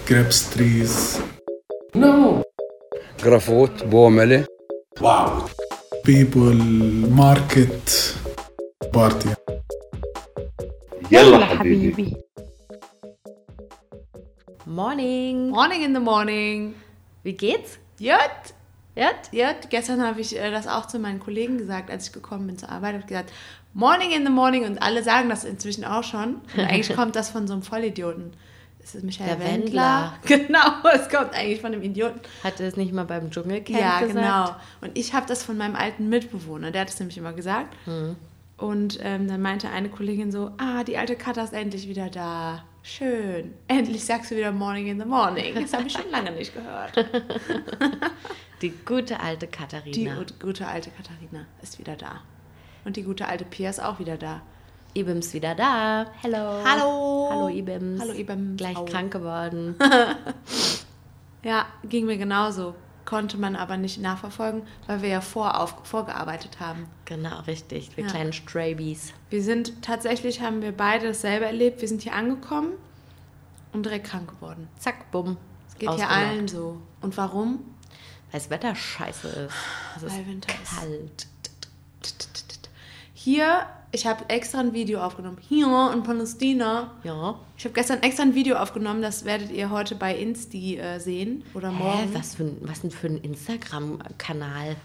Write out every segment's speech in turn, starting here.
grapes trees. No. Grafot, Bomele. Wow. People, market, party. يلا حبيبي. Morning. Morning in the morning. Wie geht's? Jött. Jött? Jött. Gestern habe ich das auch zu meinen Kollegen gesagt, als ich gekommen bin zur Arbeit. Ich habe gesagt, Morning in the morning. Und alle sagen das inzwischen auch schon. Und eigentlich kommt das von so einem Vollidioten. Das ist Michael Wendler. Genau, es kommt eigentlich von dem Idioten. Hat er es nicht mal beim Dschungelcamp gesagt? Ja, gesagt? genau. Und ich habe das von meinem alten Mitbewohner. Der hat es nämlich immer gesagt. Und dann meinte eine Kollegin so, die alte Katha ist endlich wieder da. Schön. Endlich sagst du wieder Morning in the morning. Das habe ich schon lange nicht gehört. Die gute alte Katharina. Die gute alte Katharina ist wieder da. Und die gute alte Pia ist auch wieder da. Ibims wieder da. Hello. Hallo. Hallo Ibims. Hallo Ibims. Gleich krank geworden. Ja, ging mir genauso. Konnte man aber nicht nachverfolgen, weil wir ja vorgearbeitet haben. Genau, richtig. Wir kleinen Straybies. Haben wir beide dasselbe erlebt. Wir sind hier angekommen und direkt krank geworden. Zack, bumm. Es geht hier allen so. Und warum? Weil das Wetter scheiße ist. Es ist Winter ist kalt. Hier, ich habe extra ein Video aufgenommen. Hier in Palästina. Ja. Ich habe gestern extra ein Video aufgenommen, das werdet ihr heute bei Insti sehen oder morgen. Was denn für ein Instagram-Kanal?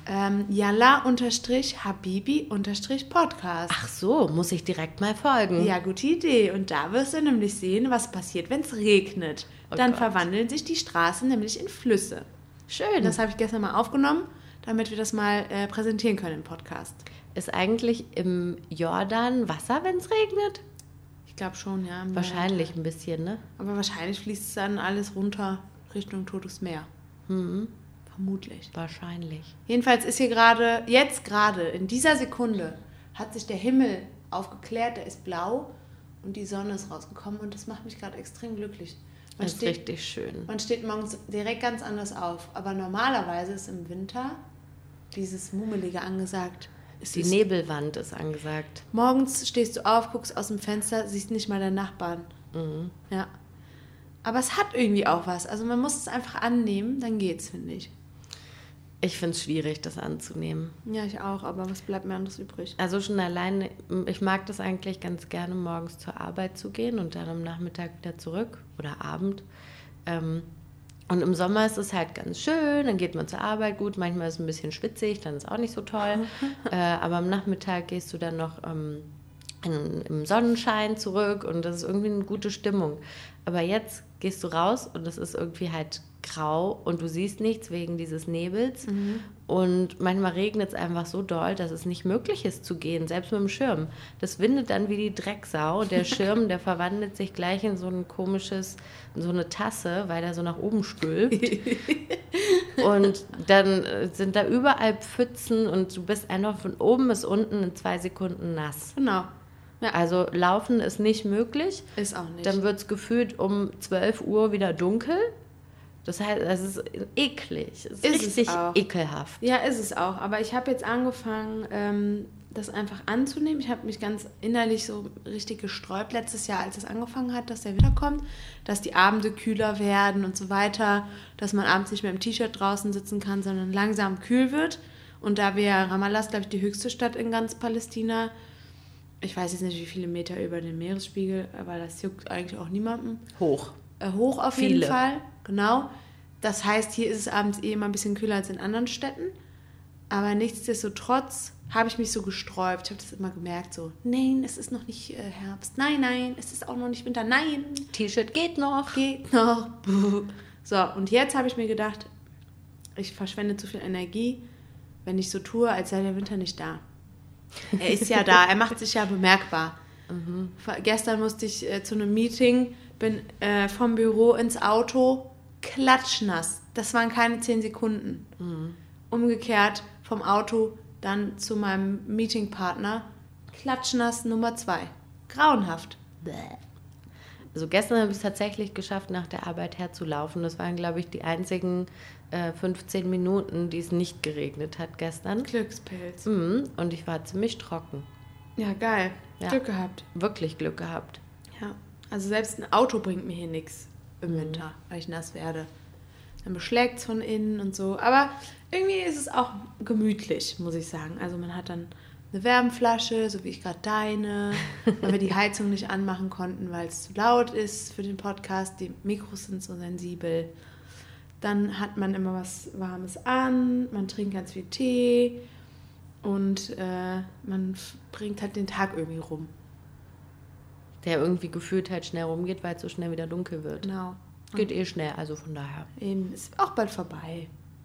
Yalla_Habibi_Podcast. Ach so, muss ich direkt mal folgen. Ja, gute Idee. Und da wirst du nämlich sehen, was passiert, wenn es regnet. Dann verwandeln sich die Straßen nämlich in Flüsse. Schön. Das habe ich gestern mal aufgenommen, damit wir das mal präsentieren können im Podcast. Ist eigentlich im Jordan Wasser, wenn es regnet? Ich glaube schon, ja. Wahrscheinlich ein bisschen, ne? Aber wahrscheinlich fließt es dann alles runter Richtung Totes Meer. Vermutlich. Wahrscheinlich. Jedenfalls ist hier jetzt gerade, in dieser Sekunde, hat sich der Himmel aufgeklärt, der ist blau und die Sonne ist rausgekommen und das macht mich gerade extrem glücklich. Das ist richtig schön. Man steht morgens direkt ganz anders auf. Aber normalerweise ist im Winter dieses Mummelige angesagt. Die Nebelwand ist angesagt. Morgens stehst du auf, guckst aus dem Fenster, siehst nicht mal deinen Nachbarn. Ja. Aber es hat irgendwie auch was. Also man muss es einfach annehmen, dann geht's, finde ich. Ich finde es schwierig, das anzunehmen. Ja, ich auch, aber was bleibt mir anderes übrig? Also schon alleine, ich mag das eigentlich ganz gerne, morgens zur Arbeit zu gehen und dann am Nachmittag wieder zurück oder Abend. Und im Sommer ist es halt ganz schön, dann geht man zur Arbeit, gut, manchmal ist es ein bisschen schwitzig, dann ist auch nicht so toll. Aber am Nachmittag gehst du dann noch im Sonnenschein zurück und das ist irgendwie eine gute Stimmung. Aber jetzt gehst du raus und es ist irgendwie halt grau und du siehst nichts wegen dieses Nebels. Und manchmal regnet es einfach so doll, dass es nicht möglich ist zu gehen, selbst mit dem Schirm. Das windet dann wie die Drecksau. Der Schirm, der verwandelt sich gleich in so so eine Tasse, weil der so nach oben stülpt. Und dann sind da überall Pfützen und du bist einfach von oben bis unten in 2 Sekunden nass. Genau. Ja. Also laufen ist nicht möglich. Ist auch nicht. Dann wird es gefühlt um 12 Uhr wieder dunkel. Das heißt, es ist eklig. Es ist richtig ekelhaft. Ja, ist es auch. Aber ich habe jetzt angefangen, das einfach anzunehmen. Ich habe mich ganz innerlich so richtig gesträubt letztes Jahr, als es angefangen hat, dass der Winter kommt, dass die Abende kühler werden und so weiter, dass man abends nicht mehr im T-Shirt draußen sitzen kann, sondern langsam kühl wird. Und da Ramallah ist, glaube ich, die höchste Stadt in ganz Palästina. Ich weiß jetzt nicht, wie viele Meter über dem Meeresspiegel, aber das juckt eigentlich auch niemandem. Hoch Auf jeden Fall, genau. Das heißt, hier ist es abends immer ein bisschen kühler als in anderen Städten. Aber nichtsdestotrotz habe ich mich so gesträubt. Ich habe das immer gemerkt, so, nein, es ist noch nicht Herbst. Nein, es ist auch noch nicht Winter. Nein. T-Shirt geht noch. So, und jetzt habe ich mir gedacht, ich verschwende zu viel Energie, wenn ich so tue, als sei der Winter nicht da. Er ist ja da, er macht sich ja bemerkbar. Gestern musste ich zu einem Meeting, bin vom Büro ins Auto, klatschnass. Das waren keine 10 Sekunden. Umgekehrt vom Auto dann zu meinem Meetingpartner, klatschnass Nummer 2. Grauenhaft. Also gestern habe ich es tatsächlich geschafft, nach der Arbeit herzulaufen. Das waren, glaube ich, die einzigen 15 Minuten, die es nicht geregnet hat gestern. Glückspilz. Und ich war ziemlich trocken. Ja, geil. Ja. Glück gehabt. Wirklich Glück gehabt. Ja, also selbst ein Auto bringt mir hier nichts. im Winter, weil ich nass werde. Dann beschlägt es von innen und so. Aber irgendwie ist es auch gemütlich, muss ich sagen. Also man hat dann eine Wärmflasche, so wie ich gerade deine, weil wir die Heizung nicht anmachen konnten, weil es zu laut ist für den Podcast. Die Mikros sind so sensibel. Dann hat man immer was Warmes an, man trinkt ganz viel Tee und man bringt halt den Tag irgendwie rum. Der irgendwie gefühlt halt schnell rumgeht, weil es so schnell wieder dunkel wird. Genau. Geht eh schnell, also von daher. Eben, ist auch bald vorbei.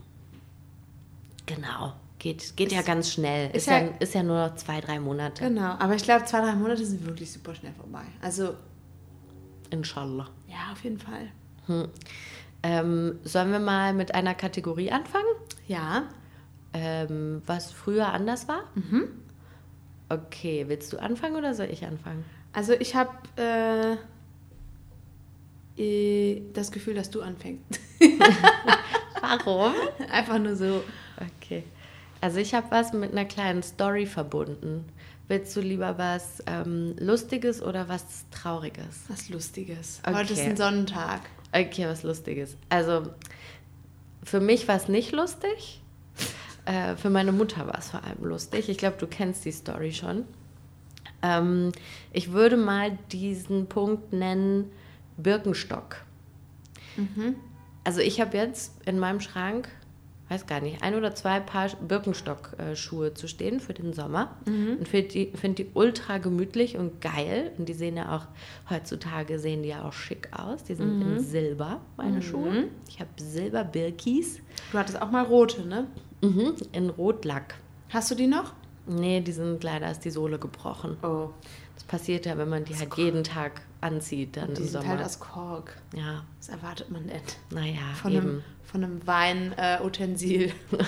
Genau. Geht ja ganz schnell. ist Ist ja nur noch 2-3 Monate. Genau, aber ich glaube, 2-3 Monate sind wirklich super schnell vorbei. Also, Inshallah. ja, auf jeden Fall. Sollen wir mal mit einer Kategorie anfangen? Ja, Was früher anders war? Okay, willst du anfangen oder soll ich anfangen? also ich habe das Gefühl, dass du anfängst. Warum? Einfach nur so. Okay. Also ich habe was mit einer kleinen Story verbunden. Willst du lieber was Lustiges oder was Trauriges? Was Lustiges. Okay. Heute ist ein Sonnentag. Okay, was Lustiges. Also für mich war es nicht lustig. Für meine Mutter war es vor allem lustig. Ich glaube, du kennst die Story schon. Ich würde mal diesen Punkt nennen Birkenstock. Also ich habe jetzt in meinem Schrank, weiß gar nicht, 1 oder 2 Paar Birkenstock-Schuhe zu stehen für den Sommer. Und find die ultra gemütlich und geil. Und die sehen ja auch, heutzutage sehen die ja auch schick aus. Die sind in Silber, meine Schuhe. Ich habe Silber-Birkis. Du hattest auch mal rote, ne? In Rotlack. Hast du die noch? Nee, die sind leider, ist die Sohle gebrochen. Oh. Das passiert ja, wenn man die halt jeden Tag anzieht, dann Die im sind Sommer. halt aus Kork. Ja, Was erwartet man denn? naja, Von eben. einem Weinutensil.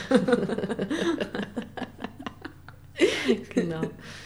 Genau.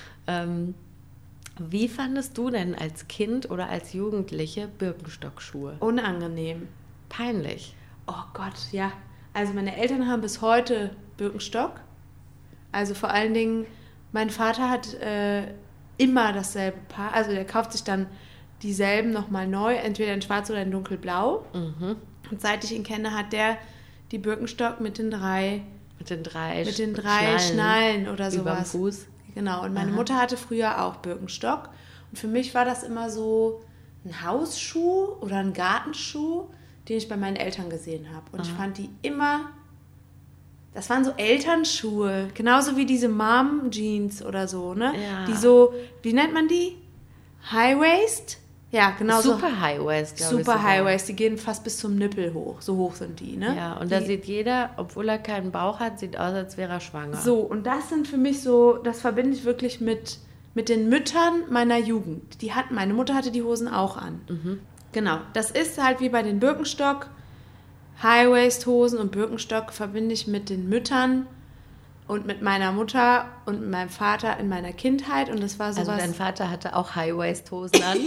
Wie fandest du denn als Kind oder als Jugendliche Birkenstock-Schuhe? Unangenehm. Peinlich. Oh Gott, ja. Also meine Eltern haben bis heute Birkenstock. Also vor allen Dingen, mein Vater hat immer dasselbe Paar. Also der kauft sich dann dieselben nochmal neu, entweder in schwarz oder in dunkelblau. Und seit ich ihn kenne, hat der die Birkenstock mit den drei Schnallen oder überm sowas. Fuß. Genau, und meine Mutter hatte früher auch Birkenstock. Und für mich war das immer so ein Hausschuh oder ein Gartenschuh, den ich bei meinen Eltern gesehen habe. Und ich fand die immer, das waren so Elternschuhe, genauso wie diese Mom-Jeans oder so, ne? Ja. Die so, wie nennt man die? High-Waist? Ja, genau so. Super High-Waist, glaube ich. Super sogar. High-Waist, die gehen fast bis zum Nippel hoch. So hoch sind die, ne? Ja, und die, da sieht jeder, obwohl er keinen Bauch hat, sieht aus, als wäre er schwanger. So, und das sind für mich so, das verbinde ich wirklich mit den Müttern meiner Jugend. Meine Mutter hatte die Hosen auch an. Genau, das ist halt wie bei den Birkenstock. High-Waist-Hosen und Birkenstock verbinde ich mit den Müttern und mit meiner Mutter und mit meinem Vater in meiner Kindheit. Und das war sowas... Also dein Vater hatte auch High-Waist-Hosen an?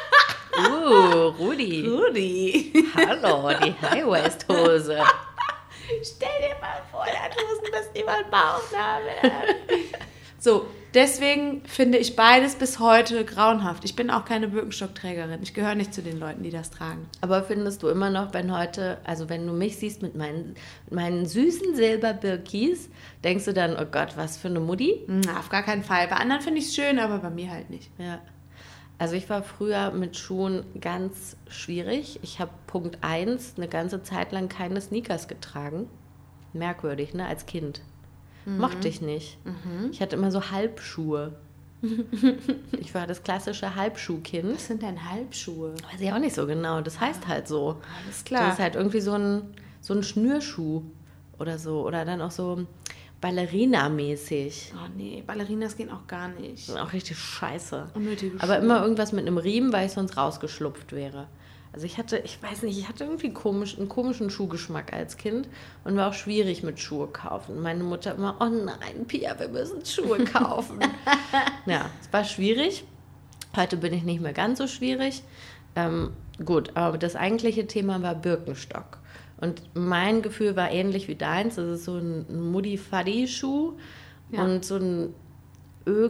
Rudi. Rudi. Hallo, die High-Waist-Hose. Stell dir mal vor, der hat Hosen bis über den Bauchnabel. So, deswegen finde ich beides bis heute grauenhaft. Ich bin auch keine Birkenstockträgerin. Ich gehöre nicht zu den Leuten, die das tragen. Aber findest du immer noch, wenn du mich siehst mit meinen süßen Silber-Birkis, denkst du dann, oh Gott, was für eine Mutti? Na, auf gar keinen Fall. Bei anderen finde ich es schön, aber bei mir halt nicht. Ja. Also ich war früher mit Schuhen ganz schwierig. Ich habe Punkt 1 eine ganze Zeit lang keine Sneakers getragen. Merkwürdig, ne, als Kind. Mochte ich nicht. Ich hatte immer so Halbschuhe. Ich war das klassische Halbschuhkind. Was sind denn Halbschuhe? Weiß ich auch nicht so genau. Das heißt halt so. Alles klar. Das ist halt irgendwie so ein Schnürschuh oder so. Oder dann auch so Ballerina-mäßig. Oh nee, Ballerinas gehen auch gar nicht. Das ist auch richtig scheiße. Unnötige Aber Schuhe. immer irgendwas mit einem Riemen, weil ich sonst rausgeschlupft wäre. Also ich hatte irgendwie einen komischen Schuhgeschmack als Kind und war auch schwierig mit Schuhe kaufen. Meine Mutter immer, oh nein, Pia, wir müssen Schuhe kaufen. Ja, es war schwierig. Heute bin ich nicht mehr ganz so schwierig. Gut, aber das eigentliche Thema war Birkenstock. Und mein Gefühl war ähnlich wie deins. Das ist so ein Muddy-Fuddy-Schuh und so ein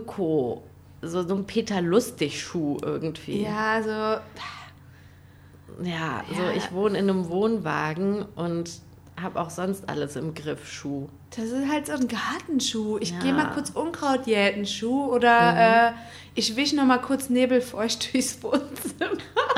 so ein Peter Lustig-Schuh irgendwie. Ja, so... Ja, so ich wohne in einem Wohnwagen und habe auch sonst alles im Griff, Schuh. Das ist halt so ein Gartenschuh. Ich gehe mal kurz Unkraut jäten, Schuh. Oder ich wische noch mal kurz nebelfeucht durchs Wohnzimmer.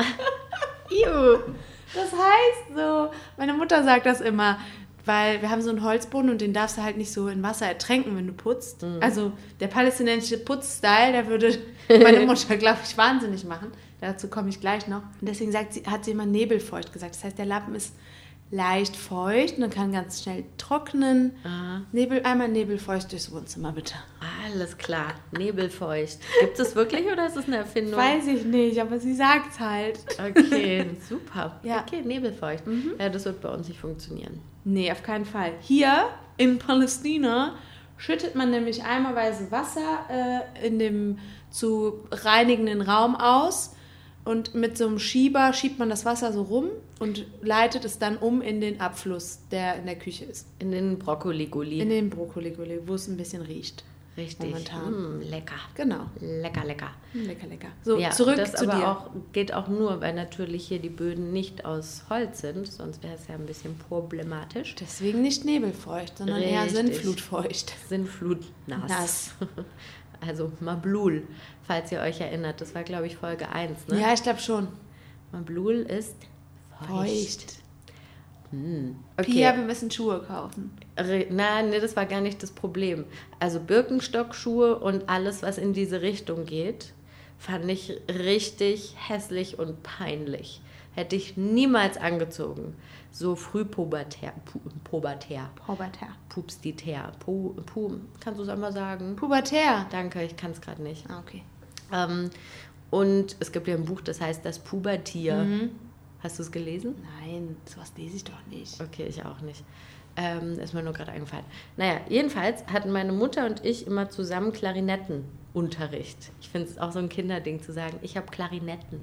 Das heißt so, meine Mutter sagt das immer, weil wir haben so einen Holzboden und den darfst du halt nicht so in Wasser ertränken, wenn du putzt. Also der palästinensische Putzstyle, der würde meine Mutter, glaube ich, wahnsinnig machen. Dazu komme ich gleich noch. Und deswegen hat sie immer nebelfeucht gesagt. Das heißt, der Lappen ist leicht feucht und kann ganz schnell trocknen. Einmal nebelfeucht durchs Wohnzimmer, bitte. Alles klar, nebelfeucht. Gibt es wirklich oder ist es eine Erfindung? Weiß ich nicht, aber sie sagt es halt. Okay, super. Ja. Okay, nebelfeucht. Ja, das wird bei uns nicht funktionieren. Nee, auf keinen Fall. Hier in Palästina schüttet man nämlich eimerweise Wasser in dem zu reinigenden Raum aus. Und mit so einem Schieber schiebt man das Wasser so rum und leitet es dann um in den Abfluss, der in der Küche ist. In den Brokkoli-Gulli. In den Brokkoli, wo es ein bisschen riecht. Richtig. Momentan. Lecker. Genau. Lecker, lecker. Lecker, lecker. So, Ja, zurück das zu aber dir. auch, geht auch nur, weil natürlich hier die Böden nicht aus Holz sind, sonst wäre es ja ein bisschen problematisch. Deswegen nicht nebelfeucht, sondern eher Richtig. sinnflutfeucht. Sinnflutnass. Nass. Also Mablul, falls ihr euch erinnert. Das war, glaube ich, Folge 1, ne? Ja, ich glaube schon. Mablul ist feucht. Okay. Pia, wir müssen Schuhe kaufen. Nein, nee, das war gar nicht das Problem. Also Birkenstock-Schuhe und alles, was in diese Richtung geht, fand ich richtig hässlich und peinlich. Hätte ich niemals angezogen. So früh pubertär. Pupstitär. Kannst du es einmal sagen? Pubertär. Danke, ich kann es gerade nicht. Ah, okay. Und es gibt ja ein Buch, das heißt Das Pubertier. Hast du es gelesen? Nein, sowas lese ich doch nicht. Okay, ich auch nicht. Ist mir nur gerade eingefallen. Naja, jedenfalls hatten meine Mutter und ich immer zusammen Klarinettenunterricht. Ich finde es auch so ein Kinderding zu sagen, ich habe Klarinetten.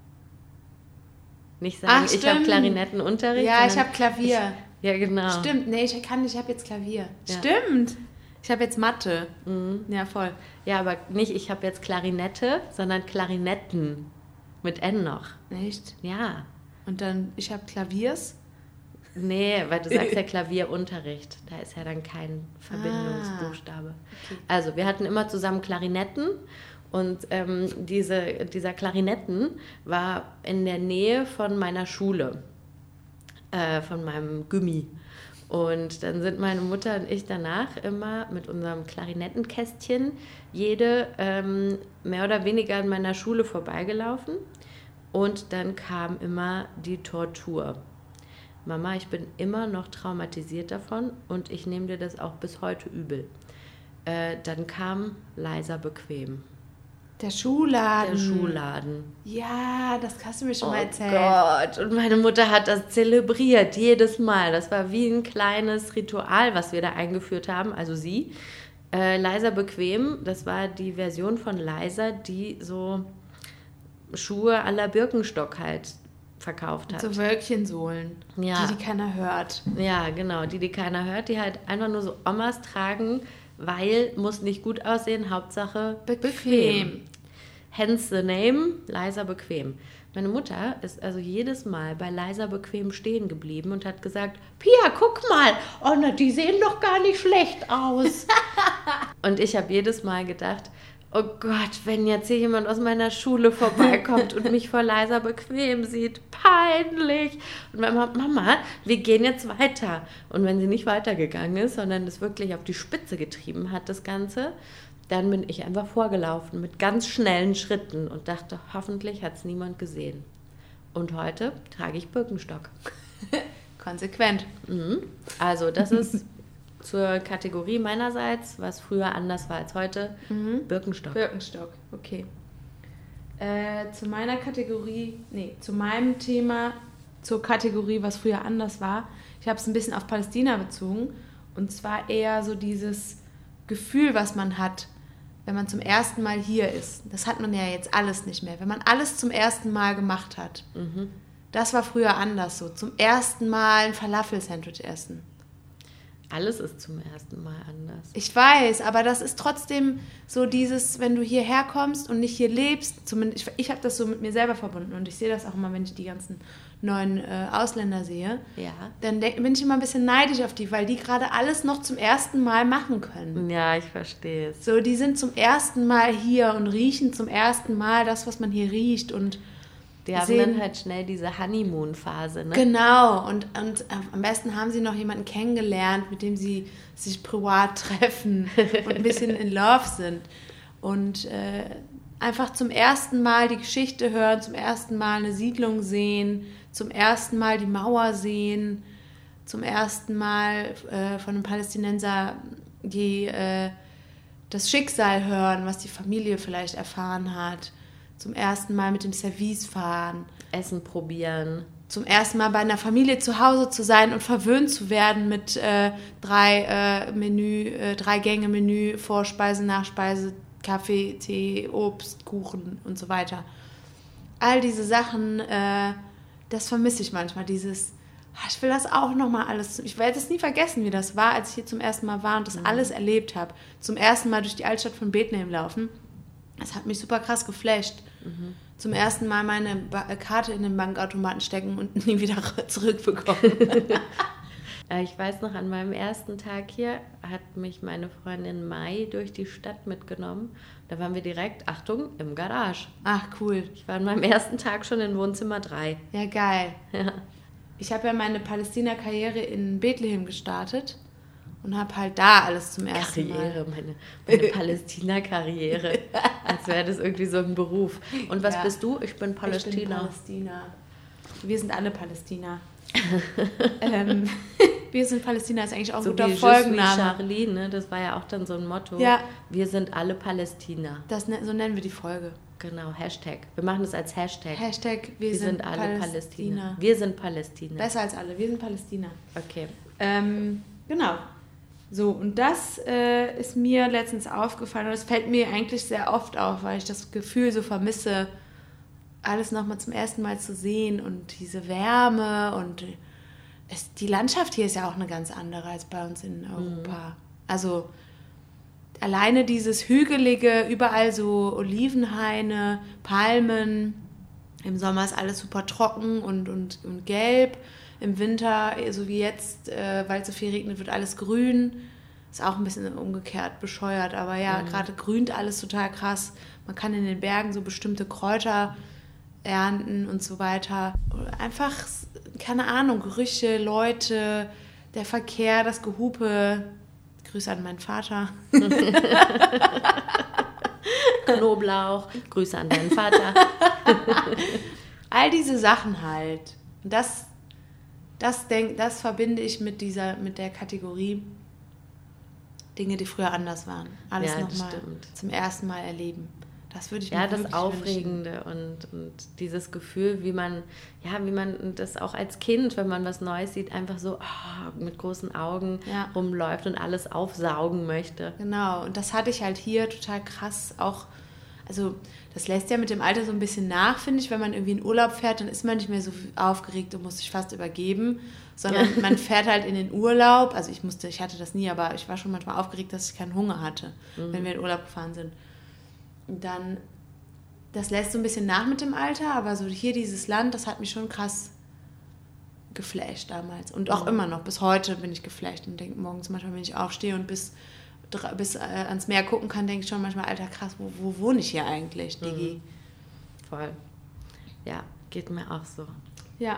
Nicht sagen, ich habe Klarinettenunterricht. Ja, ich habe Klavier. Ja, genau. Stimmt, nee, ich habe jetzt Klavier. Ja. Stimmt. Ich habe jetzt Mathe. Ja, voll. Ja, aber nicht, ich habe jetzt Klarinette, sondern Klarinetten. Mit N noch. Echt? Ja. Und dann, ich habe Klaviers. Nee, weil du sagst ja Klavierunterricht. Da ist ja dann kein Verbindungsbuchstabe. Okay. Also, wir hatten immer zusammen Klarinetten. Und dieser Klarinetten war in der Nähe von meiner Schule, von meinem Gymmi. Und dann sind meine Mutter und ich danach immer mit unserem Klarinettenkästchen jede mehr oder weniger an meiner Schule vorbeigelaufen. Und dann kam immer die Tortur. Mama, ich bin immer noch traumatisiert davon und ich nehme dir das auch bis heute übel. Dann kam Leiser bequem. Der Schuhladen. Der Schuhladen. Ja, das hast du mir schon mal erzählt. Oh Gott, und meine Mutter hat das zelebriert, jedes Mal. Das war wie ein kleines Ritual, was wir da eingeführt haben, also sie. Leiser bequem, das war die Version von Leiser, die so Schuhe à la Birkenstock halt verkauft hat. So Wölkchensohlen, Ja. die keiner hört. Ja, genau, die keiner hört, die halt einfach nur so Omas tragen, weil muss nicht gut aussehen, Hauptsache bequem. Hence the name, Leiser bequem. Meine Mutter ist also jedes Mal bei Leiser bequem stehen geblieben und hat gesagt, Pia, guck mal, oh na, die sehen doch gar nicht schlecht aus. Und ich habe jedes Mal gedacht, oh Gott, wenn jetzt hier jemand aus meiner Schule vorbeikommt und mich vor Leiser bequem sieht, peinlich. Und Mama, wir gehen jetzt weiter. Und wenn sie nicht weitergegangen ist, sondern es wirklich auf die Spitze getrieben hat, das Ganze, dann bin ich einfach vorgelaufen mit ganz schnellen Schritten und dachte, hoffentlich hat es niemand gesehen. Und heute trage ich Birkenstock. Konsequent. Also das ist zur Kategorie meinerseits, was früher anders war als heute, Birkenstock. Birkenstock, okay. Zu meiner Kategorie, zu meinem Thema, zur Kategorie, was früher anders war. Ich habe es ein bisschen auf Palästina bezogen. Und zwar eher so dieses Gefühl, was man hat, wenn man zum ersten Mal hier ist. Das hat man ja jetzt alles nicht mehr. Wenn man alles zum ersten Mal gemacht hat. Das war früher anders so. Zum ersten Mal ein Falafel-Sandwich essen. Alles ist zum ersten Mal anders. Ich weiß, aber das ist trotzdem so dieses, wenn du hierher kommst und nicht hier lebst, zumindest ich habe das so mit mir selber verbunden und ich sehe das auch immer, wenn ich die ganzen neuen Ausländer sehe, Ja. dann bin ich immer ein bisschen neidisch auf die, weil die gerade alles noch zum ersten Mal machen können. Ja, ich verstehe es. So, die sind zum ersten Mal hier und riechen zum ersten Mal das, was man hier riecht und Die haben sehen- dann halt schnell diese Honeymoon-Phase, ne? Genau, und am besten haben sie noch jemanden kennengelernt, mit dem sie sich privat treffen und ein bisschen in Love sind. Und einfach zum ersten Mal die Geschichte hören, zum ersten Mal eine Siedlung sehen, zum ersten Mal die Mauer sehen, zum ersten Mal von einem Palästinenser das Schicksal hören, was die Familie vielleicht erfahren hat. Zum ersten Mal mit dem Service fahren. Essen probieren. Zum ersten Mal bei einer Familie zu Hause zu sein und verwöhnt zu werden mit 3 Gänge Menü, Vorspeise, Nachspeise, Kaffee, Tee, Obst, Kuchen und so weiter. All diese Sachen, das vermisse ich manchmal, dieses, ich will das auch nochmal alles, ich werde es nie vergessen, wie das war, als ich hier zum ersten Mal war und das alles erlebt habe. Zum ersten Mal durch die Altstadt von Bethlehem laufen. Das hat mich super krass geflasht. Zum ersten Mal meine Karte in den Bankautomaten stecken und nie wieder zurückbekommen. Ich weiß noch, an meinem ersten Tag hier hat mich meine Freundin Mai durch die Stadt mitgenommen. Da waren wir direkt, Achtung, im Garage. Ach, cool. Ich war an meinem ersten Tag schon in Wohnzimmer 3. Ja, geil. Ja. Ich habe ja meine Palästina-Karriere in Bethlehem gestartet und habe halt da alles zum ersten Karriere, Mal. meine Palästina-Karriere. Als wäre das irgendwie so ein Beruf. Und was Ja. bist du? Ich bin Ich bin Palästina. Palästina. Wir sind alle Palästina. Wir sind Palästina ist eigentlich auch ein So guter wie Je suis Folgenname. Charlie, ne? Das war ja auch dann so ein Motto. Ja. Wir sind alle Palästina. So nennen wir die Folge. Genau, Hashtag. Wir machen das als Hashtag. Hashtag Wir sind alle Palästina. Wir sind Palästina. Besser als alle. Wir sind Palästina. Okay. Genau. So, und das ist mir letztens aufgefallen und das fällt mir eigentlich sehr oft auf, weil ich das Gefühl so vermisse, alles nochmal zum ersten Mal zu sehen und diese Wärme und die Landschaft hier ist ja auch eine ganz andere als bei uns in Europa. Also alleine dieses Hügelige, überall so Olivenhaine, Palmen, im Sommer ist alles super trocken und gelb. Im Winter, so wie jetzt, weil es so viel regnet, wird alles grün. Ist auch ein bisschen umgekehrt bescheuert, aber ja, gerade grünt alles total krass. Man kann in den Bergen so bestimmte Kräuter ernten und so weiter. Einfach, keine Ahnung, Gerüche, Leute, der Verkehr, das Gehupe. Grüße an meinen Vater. Knoblauch. Grüße an deinen Vater. All diese Sachen halt. Und das verbinde ich mit der Kategorie Dinge, die früher anders waren. Alles Ja, das nochmal stimmt. zum ersten Mal erleben. Das würde ich mir Ja, wirklich das Aufregende und dieses Gefühl, wie man das auch als Kind, wenn man was Neues sieht, einfach so mit großen Augen Ja. rumläuft und alles aufsaugen möchte. Genau, und das hatte ich halt hier total krass auch, also das lässt ja mit dem Alter so ein bisschen nach, finde ich, wenn man irgendwie in Urlaub fährt, dann ist man nicht mehr so aufgeregt und muss sich fast übergeben, sondern man fährt halt in den Urlaub, also ich hatte das nie, aber ich war schon manchmal aufgeregt, dass ich keinen Hunger hatte, wenn wir in Urlaub gefahren sind. Und dann, das lässt so ein bisschen nach mit dem Alter, aber so hier dieses Land, das hat mich schon krass geflasht damals. Und auch immer noch, bis heute bin ich geflasht und denke morgens manchmal, wenn ich aufstehe und bis ans Meer gucken kann, denke ich schon manchmal, Alter, krass, wo wohne ich hier eigentlich, Digi? Voll. Ja, geht mir auch so. Ja.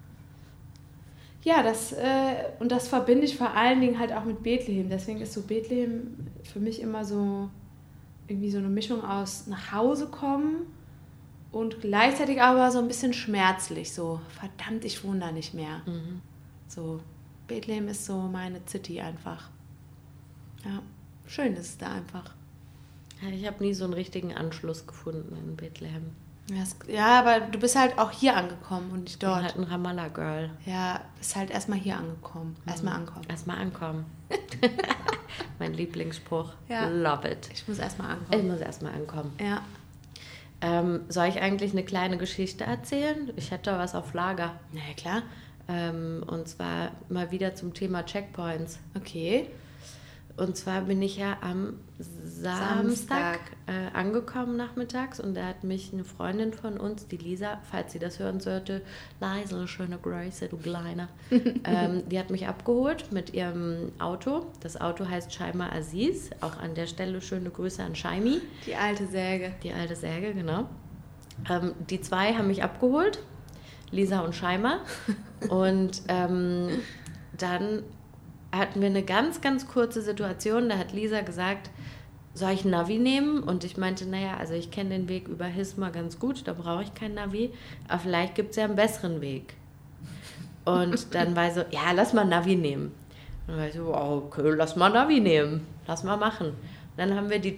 Ja, und das verbinde ich vor allen Dingen halt auch mit Bethlehem. Deswegen ist so Bethlehem für mich immer so irgendwie so eine Mischung aus nach Hause kommen und gleichzeitig aber so ein bisschen schmerzlich. So, verdammt, ich wohne da nicht mehr. So, Bethlehem ist so meine City einfach. Ja, schön ist es da einfach. Ja, ich habe nie so einen richtigen Anschluss gefunden in Bethlehem. Ja, aber du bist halt auch hier angekommen und nicht Ich bin dort. halt ein Ramallah-Girl. Ja, bist halt erstmal hier angekommen. Erstmal ankommen. Erstmal ankommen. Mein Lieblingsspruch. Ja. Love it. Ich muss erstmal Ich ankommen. muss erstmal ankommen. Ja. Soll ich eigentlich eine kleine Geschichte erzählen? Ich hätte was auf Lager. Na ja, klar. Und zwar mal wieder zum Thema Checkpoints. Okay. Und zwar bin ich ja am Samstag angekommen nachmittags und da hat mich eine Freundin von uns, die Lisa, falls sie das hören sollte, Leise, schöne Grace, du Kleiner, die hat mich abgeholt mit ihrem Auto. Das Auto heißt Shaima Aziz. Auch an der Stelle schöne Grüße an Shaimi. Die alte Säge. Die alte Säge, genau. Die zwei haben mich abgeholt, Lisa und Shaima. Und dann hatten wir eine ganz, ganz kurze Situation. Da hat Lisa gesagt, soll ich ein Navi nehmen? Und ich meinte, naja, also ich kenne den Weg über Hisma ganz gut, da brauche ich kein Navi. Aber vielleicht gibt es ja einen besseren Weg. Und dann war ich so, ja, lass mal Navi nehmen. Und dann war ich so, okay, lass mal Navi nehmen. Lass mal machen. Und dann haben wir die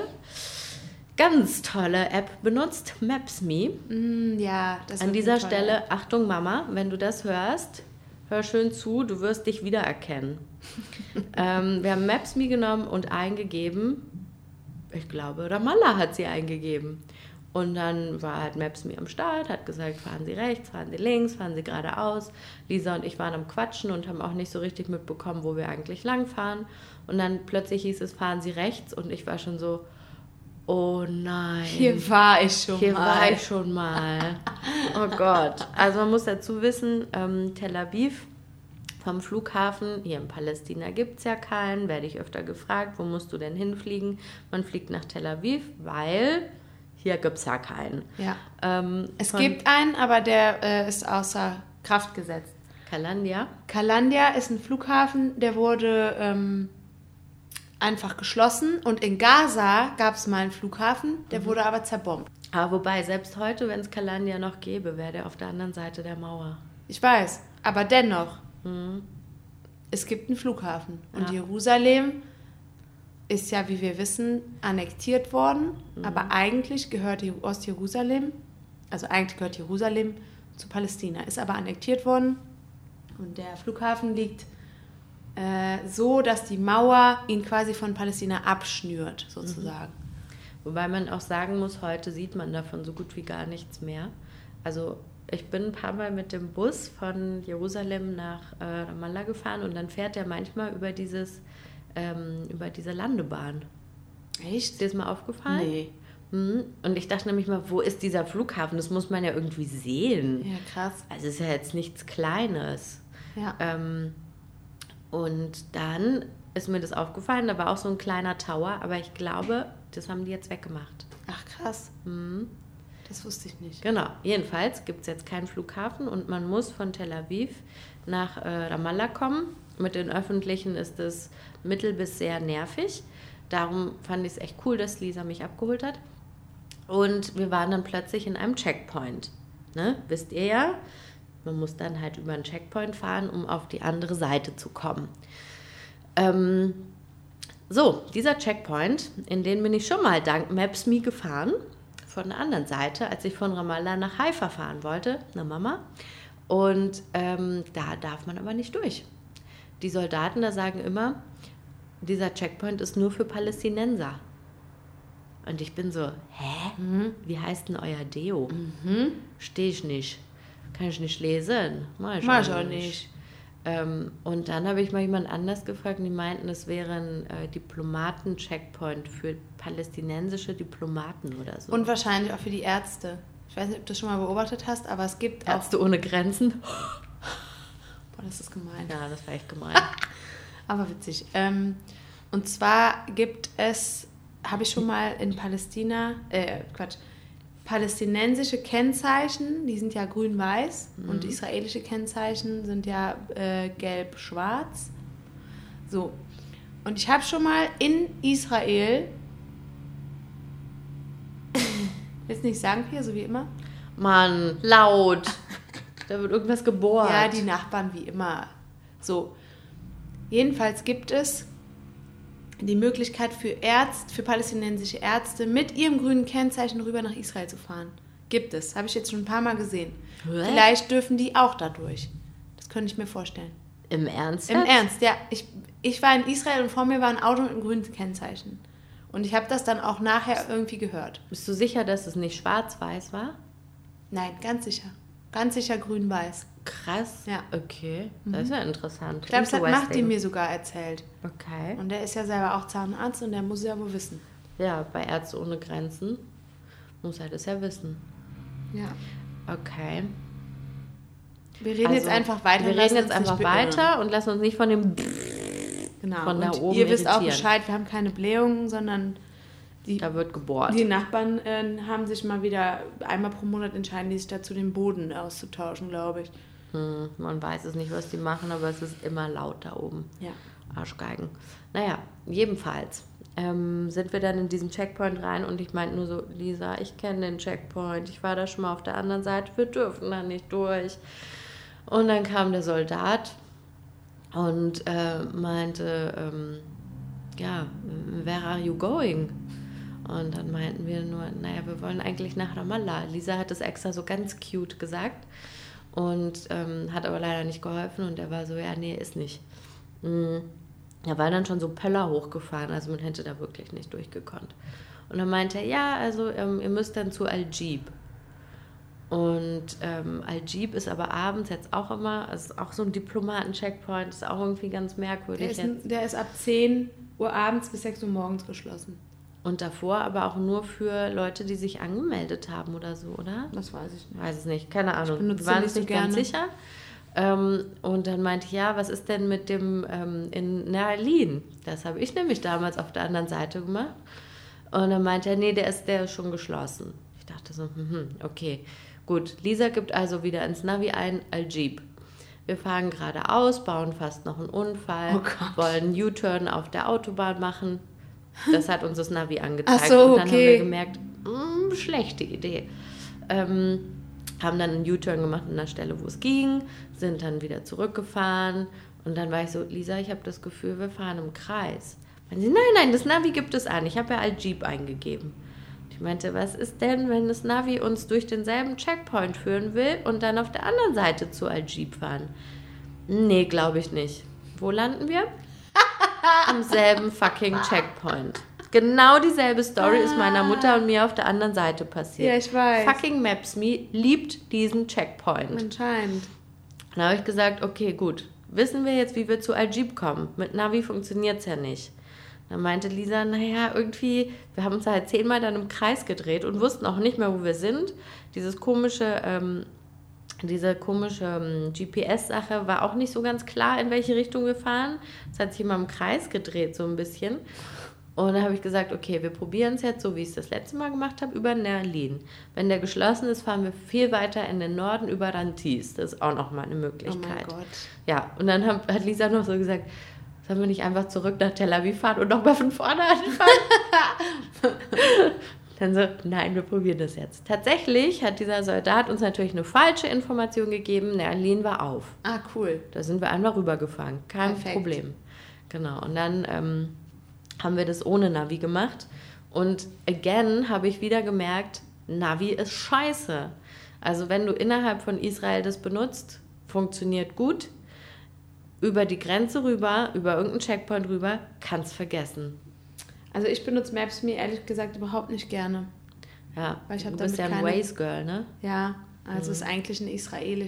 ganz tolle App benutzt, Maps.me. Ja, das An dieser Stelle, Achtung Mama, wenn du das hörst, hör schön zu, du wirst dich wiedererkennen. Wir haben Maps.me genommen und eingegeben, ich glaube, Ramallah hat sie eingegeben. Und dann war halt Maps.me am Start, hat gesagt, fahren Sie rechts, fahren Sie links, fahren Sie geradeaus. Lisa und ich waren am Quatschen und haben auch nicht so richtig mitbekommen, wo wir eigentlich langfahren. Und dann plötzlich hieß es, fahren Sie rechts und ich war schon so, oh nein. Hier war ich schon mal. Oh Gott. Also man muss dazu wissen, Tel Aviv vom Flughafen, hier in Palästina gibt es ja keinen, werde ich öfter gefragt, wo musst du denn hinfliegen? Man fliegt nach Tel Aviv, weil hier gibt es ja keinen. Ja. Es gibt einen, aber der ist außer Kraft gesetzt. Kalandia? Kalandia ist ein Flughafen, der wurde einfach geschlossen. Und in Gaza gab es mal einen Flughafen, der wurde aber zerbombt. Aber wobei, selbst heute, wenn es Kalandia noch gäbe, wäre der auf der anderen Seite der Mauer. Ich weiß, aber dennoch, es gibt einen Flughafen. Und Jerusalem ist ja, wie wir wissen, annektiert worden. Aber eigentlich gehört Ostjerusalem, also eigentlich gehört Jerusalem zu Palästina, ist aber annektiert worden. Und der Flughafen liegt so, dass die Mauer ihn quasi von Palästina abschnürt, sozusagen. Wobei man auch sagen muss, heute sieht man davon so gut wie gar nichts mehr. Also ich bin ein paar Mal mit dem Bus von Jerusalem nach Ramallah gefahren und dann fährt er manchmal über diese Landebahn. Echt? Ist dir das mal aufgefallen? Nee. Und ich dachte nämlich mal, wo ist dieser Flughafen? Das muss man ja irgendwie sehen. Ja, krass. Also es ist ja jetzt nichts Kleines. Ja. Und dann ist mir das aufgefallen, da war auch so ein kleiner Tower, aber ich glaube, das haben die jetzt weggemacht. Ach, krass. Das wusste ich nicht. Genau, jedenfalls gibt es jetzt keinen Flughafen und man muss von Tel Aviv nach Ramallah kommen. Mit den Öffentlichen ist es mittel bis sehr nervig. Darum fand ich es echt cool, dass Lisa mich abgeholt hat. Und wir waren dann plötzlich in einem Checkpoint. Ne? Wisst ihr ja, man muss dann halt über einen Checkpoint fahren, um auf die andere Seite zu kommen. So, dieser Checkpoint, in den bin ich schon mal dank Maps.me gefahren, von der anderen Seite, als ich von Ramallah nach Haifa fahren wollte, na Mama. Und da darf man aber nicht durch. Die Soldaten da sagen immer, dieser Checkpoint ist nur für Palästinenser. Und ich bin so, hä? Wie heißt denn euer Deo? Stehe ich nicht. Kann ich nicht lesen. Mach ich auch nicht. Und dann habe ich mal jemand anders gefragt und die meinten, es wäre ein Diplomaten-Checkpoint für palästinensische Diplomaten oder so. Und wahrscheinlich auch für die Ärzte. Ich weiß nicht, ob du das schon mal beobachtet hast, aber es gibt Ärzte ohne Grenzen. Boah, das ist gemein. Ja, das war echt gemein. Aber witzig. Und zwar gibt es, habe ich schon mal in palästinensische Kennzeichen, die sind ja grün-weiß und israelische Kennzeichen sind ja gelb-schwarz. So. Und ich habe schon mal in Israel, willst du nicht sagen, Pia, so wie immer? Mann, laut. Da wird irgendwas gebohrt. Ja, die Nachbarn wie immer. So. Jedenfalls gibt es die Möglichkeit für palästinensische Ärzte mit ihrem grünen Kennzeichen rüber nach Israel zu fahren. Gibt es. Habe ich jetzt schon ein paar Mal gesehen. Vielleicht dürfen die auch dadurch. Das könnte ich mir vorstellen. Im Ernst? Im Ernst, ja. Ich war in Israel und vor mir war ein Auto mit einem grünen Kennzeichen. Und ich habe das dann auch nachher irgendwie gehört. Bist du sicher, dass es nicht schwarz-weiß war? Nein, ganz sicher. Ganz sicher grün-weiß. Krass. Ja. Okay, das ist ja interessant. Ich glaube, das hat Interesting. Mahdi mir sogar erzählt. Okay. Und der ist ja selber auch Zahnarzt und der muss ja wohl wissen. Ja, bei Ärzte ohne Grenzen muss er das ja wissen. Ja. Okay. Wir reden jetzt einfach weiter. Wir und reden lassen jetzt uns einfach nicht beirren. weiter und lassen uns nicht von dem Genau. von da und oben ihr wisst auch irritieren. Bescheid, wir haben keine Blähungen, sondern Da wird gebohrt. die Nachbarn haben sich mal wieder, einmal pro Monat entscheiden die sich dazu, den Boden auszutauschen, glaube ich. Man weiß es nicht, was die machen, aber es ist immer laut da oben. Ja. Arschgeigen. Naja, jedenfalls sind wir dann in diesen Checkpoint rein und ich meinte nur so, Lisa, ich kenne den Checkpoint, ich war da schon mal auf der anderen Seite, wir dürfen da nicht durch. Und dann kam der Soldat und meinte, ja, where are you going? Und dann meinten wir nur, naja, wir wollen eigentlich nach Ramallah. Lisa hat es extra so ganz cute gesagt und hat aber leider nicht geholfen und er war so, ja, nee, ist nicht. Er war dann schon so Pöller hochgefahren, also man hätte da wirklich nicht durchgekonnt. Und dann meinte er, ja, also ihr müsst dann zu Al-Jib. Und Al-Jib ist aber abends jetzt auch immer, ist auch so ein Diplomaten-Checkpoint, ist auch irgendwie ganz merkwürdig. Der ist ab 10 Uhr abends bis 6 Uhr morgens geschlossen. Und davor aber auch nur für Leute, die sich angemeldet haben oder so, oder? Das weiß ich nicht. Weiß es nicht, keine Ahnung. benutze Wir waren nicht uns so nicht ganz gerne. sicher. Und dann meinte ich, ja, was ist denn mit dem in Nerlin? Das habe ich nämlich damals auf der anderen Seite gemacht. Und dann meinte er, nee, der ist schon geschlossen. Ich dachte so, okay. Gut, Lisa gibt also wieder ins Navi ein, Al-Jib. Wir fahren geradeaus, bauen fast noch einen Unfall, Oh Gott. wollen U-Turn auf der Autobahn machen. Das hat uns das Navi angezeigt. Ach so, Und dann haben okay. wir gemerkt, schlechte Idee. Haben dann einen U-Turn gemacht an der Stelle, wo es ging, sind dann wieder zurückgefahren und dann war ich so, Lisa, ich habe das Gefühl, wir fahren im Kreis. Meinen sie, nein, das Navi gibt es an, ich habe ja Al-Jib eingegeben. Ich meinte, was ist denn, wenn das Navi uns durch denselben Checkpoint führen will und dann auf der anderen Seite zu Al-Jib fahren? Nee, glaube ich nicht. Wo landen wir? Am selben fucking Checkpoint. Genau dieselbe Story ist meiner Mutter und mir auf der anderen Seite passiert. Ja, ich weiß. Fucking Maps.me liebt diesen Checkpoint. Anscheinend. Dann habe ich gesagt, okay, gut. Wissen wir jetzt, wie wir zu Al-Jib kommen? Mit Navi funktioniert es ja nicht. Dann meinte Lisa, naja, irgendwie, wir haben uns halt 10-mal dann im Kreis gedreht und wussten auch nicht mehr, wo wir sind. Diese komische GPS-Sache war auch nicht so ganz klar, in welche Richtung wir fahren. Es hat sich immer im Kreis gedreht, so ein bisschen. Und dann habe ich gesagt, okay, wir probieren es jetzt, so wie ich es das letzte Mal gemacht habe, über Nerlin. Wenn der geschlossen ist, fahren wir viel weiter in den Norden über Rantis. Das ist auch nochmal eine Möglichkeit. Oh mein Gott. Ja, und dann hat Lisa noch so gesagt, sollen wir nicht einfach zurück nach Tel Aviv fahren und nochmal von vorne anfangen? Dann so, nein, wir probieren das jetzt. Tatsächlich hat dieser Soldat uns natürlich eine falsche Information gegeben. Nerlin war auf. Ah, cool. Da sind wir einmal rübergefahren. Kein Perfekt. Problem. Genau, und dann haben wir das ohne Navi gemacht. Und again habe ich wieder gemerkt, Navi ist scheiße. Also wenn du innerhalb von Israel das benutzt, funktioniert gut. Über die Grenze rüber, über irgendeinen Checkpoint rüber, kannst vergessen. Also ich benutze Maps.me ehrlich gesagt überhaupt nicht gerne. Ja, Weil ich hab du bist ja damit ein keine- Waze-Girl, ne? Ja, also es ist eigentlich ein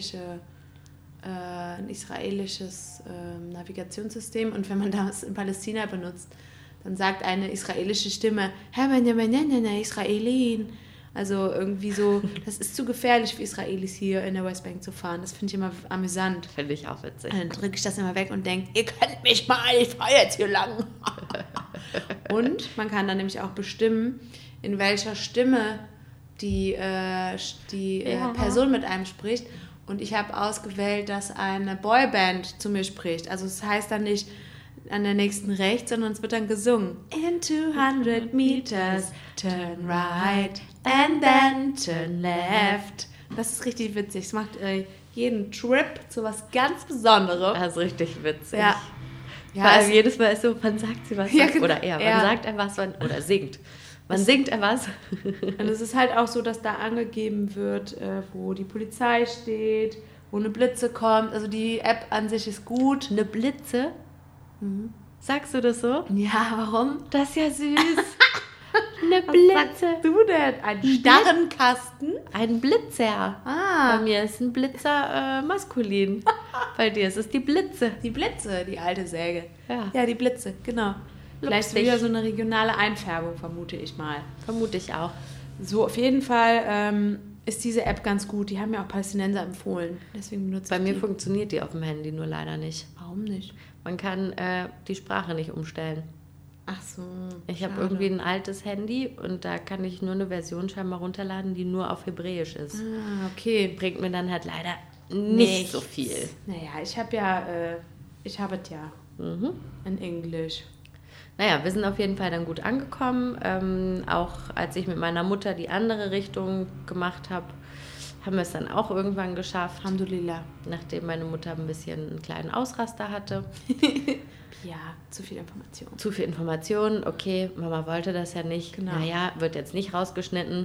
israelisches Navigationssystem. Und wenn man das in Palästina benutzt, dann sagt eine israelische Stimme, Israelin. Also irgendwie so, das ist zu gefährlich für Israelis hier in der Westbank zu fahren. Das finde ich immer amüsant. Finde ich auch witzig. Dann drücke ich das immer weg und denke, ihr könnt mich mal, ich fahre jetzt hier lang. Und man kann dann nämlich auch bestimmen, in welcher Stimme die Person mit einem spricht. Und ich habe ausgewählt, dass eine Boyband zu mir spricht. Also es heißt dann nicht an der nächsten rechts, sondern es wird dann gesungen. In 200 meters, turn right and then turn left. Das ist richtig witzig. Es macht jeden Trip zu was ganz Besonderem. Das ist richtig witzig. Ja. Ja, Vor allem es- jedes Mal ist so, wann sagt sie was? Ja, Sagt- genau. Oder er, wann Ja. sagt er was? Oder singt. Wann singt er was? Und es ist halt auch so, dass da angegeben wird, wo die Polizei steht, wo eine Blitze kommt. Also die App an sich ist gut. Eine Blitze? Sagst du das so? Ja, warum? Das ist ja süß. Eine Was Blitze. sagst du denn? Ein starren Kasten? Ein Blitzer. Ah. Bei mir ist ein Blitzer maskulin. Bei dir ist es die Blitze. Die Blitze, die alte Säge. Ja. Ja, die Blitze, genau. Vielleicht Lustig. wieder so eine regionale Einfärbung, vermute ich mal. Vermute ich auch. So, auf jeden Fall ist diese App ganz gut. Die haben mir auch Palästinenser empfohlen. Deswegen benutze Bei ich mir die. funktioniert die auf dem Handy nur leider nicht. Warum nicht? Man kann die Sprache nicht umstellen. Ach so. Ich habe schade. irgendwie ein altes Handy und da kann ich nur eine Version scheinbar runterladen, die nur auf Hebräisch ist. Ah, okay. Bringt mir dann halt leider nicht so viel. Naja, ich habe es ja in Englisch. Naja, wir sind auf jeden Fall dann gut angekommen. Auch als ich mit meiner Mutter die andere Richtung gemacht habe, haben wir es dann auch irgendwann geschafft. Alhamdulillah. Nachdem meine Mutter ein bisschen einen kleinen Ausraster hatte. Ja, zu viel Information. Zu viel Information, okay, Mama wollte das ja nicht. Genau. Naja, wird jetzt nicht rausgeschnitten.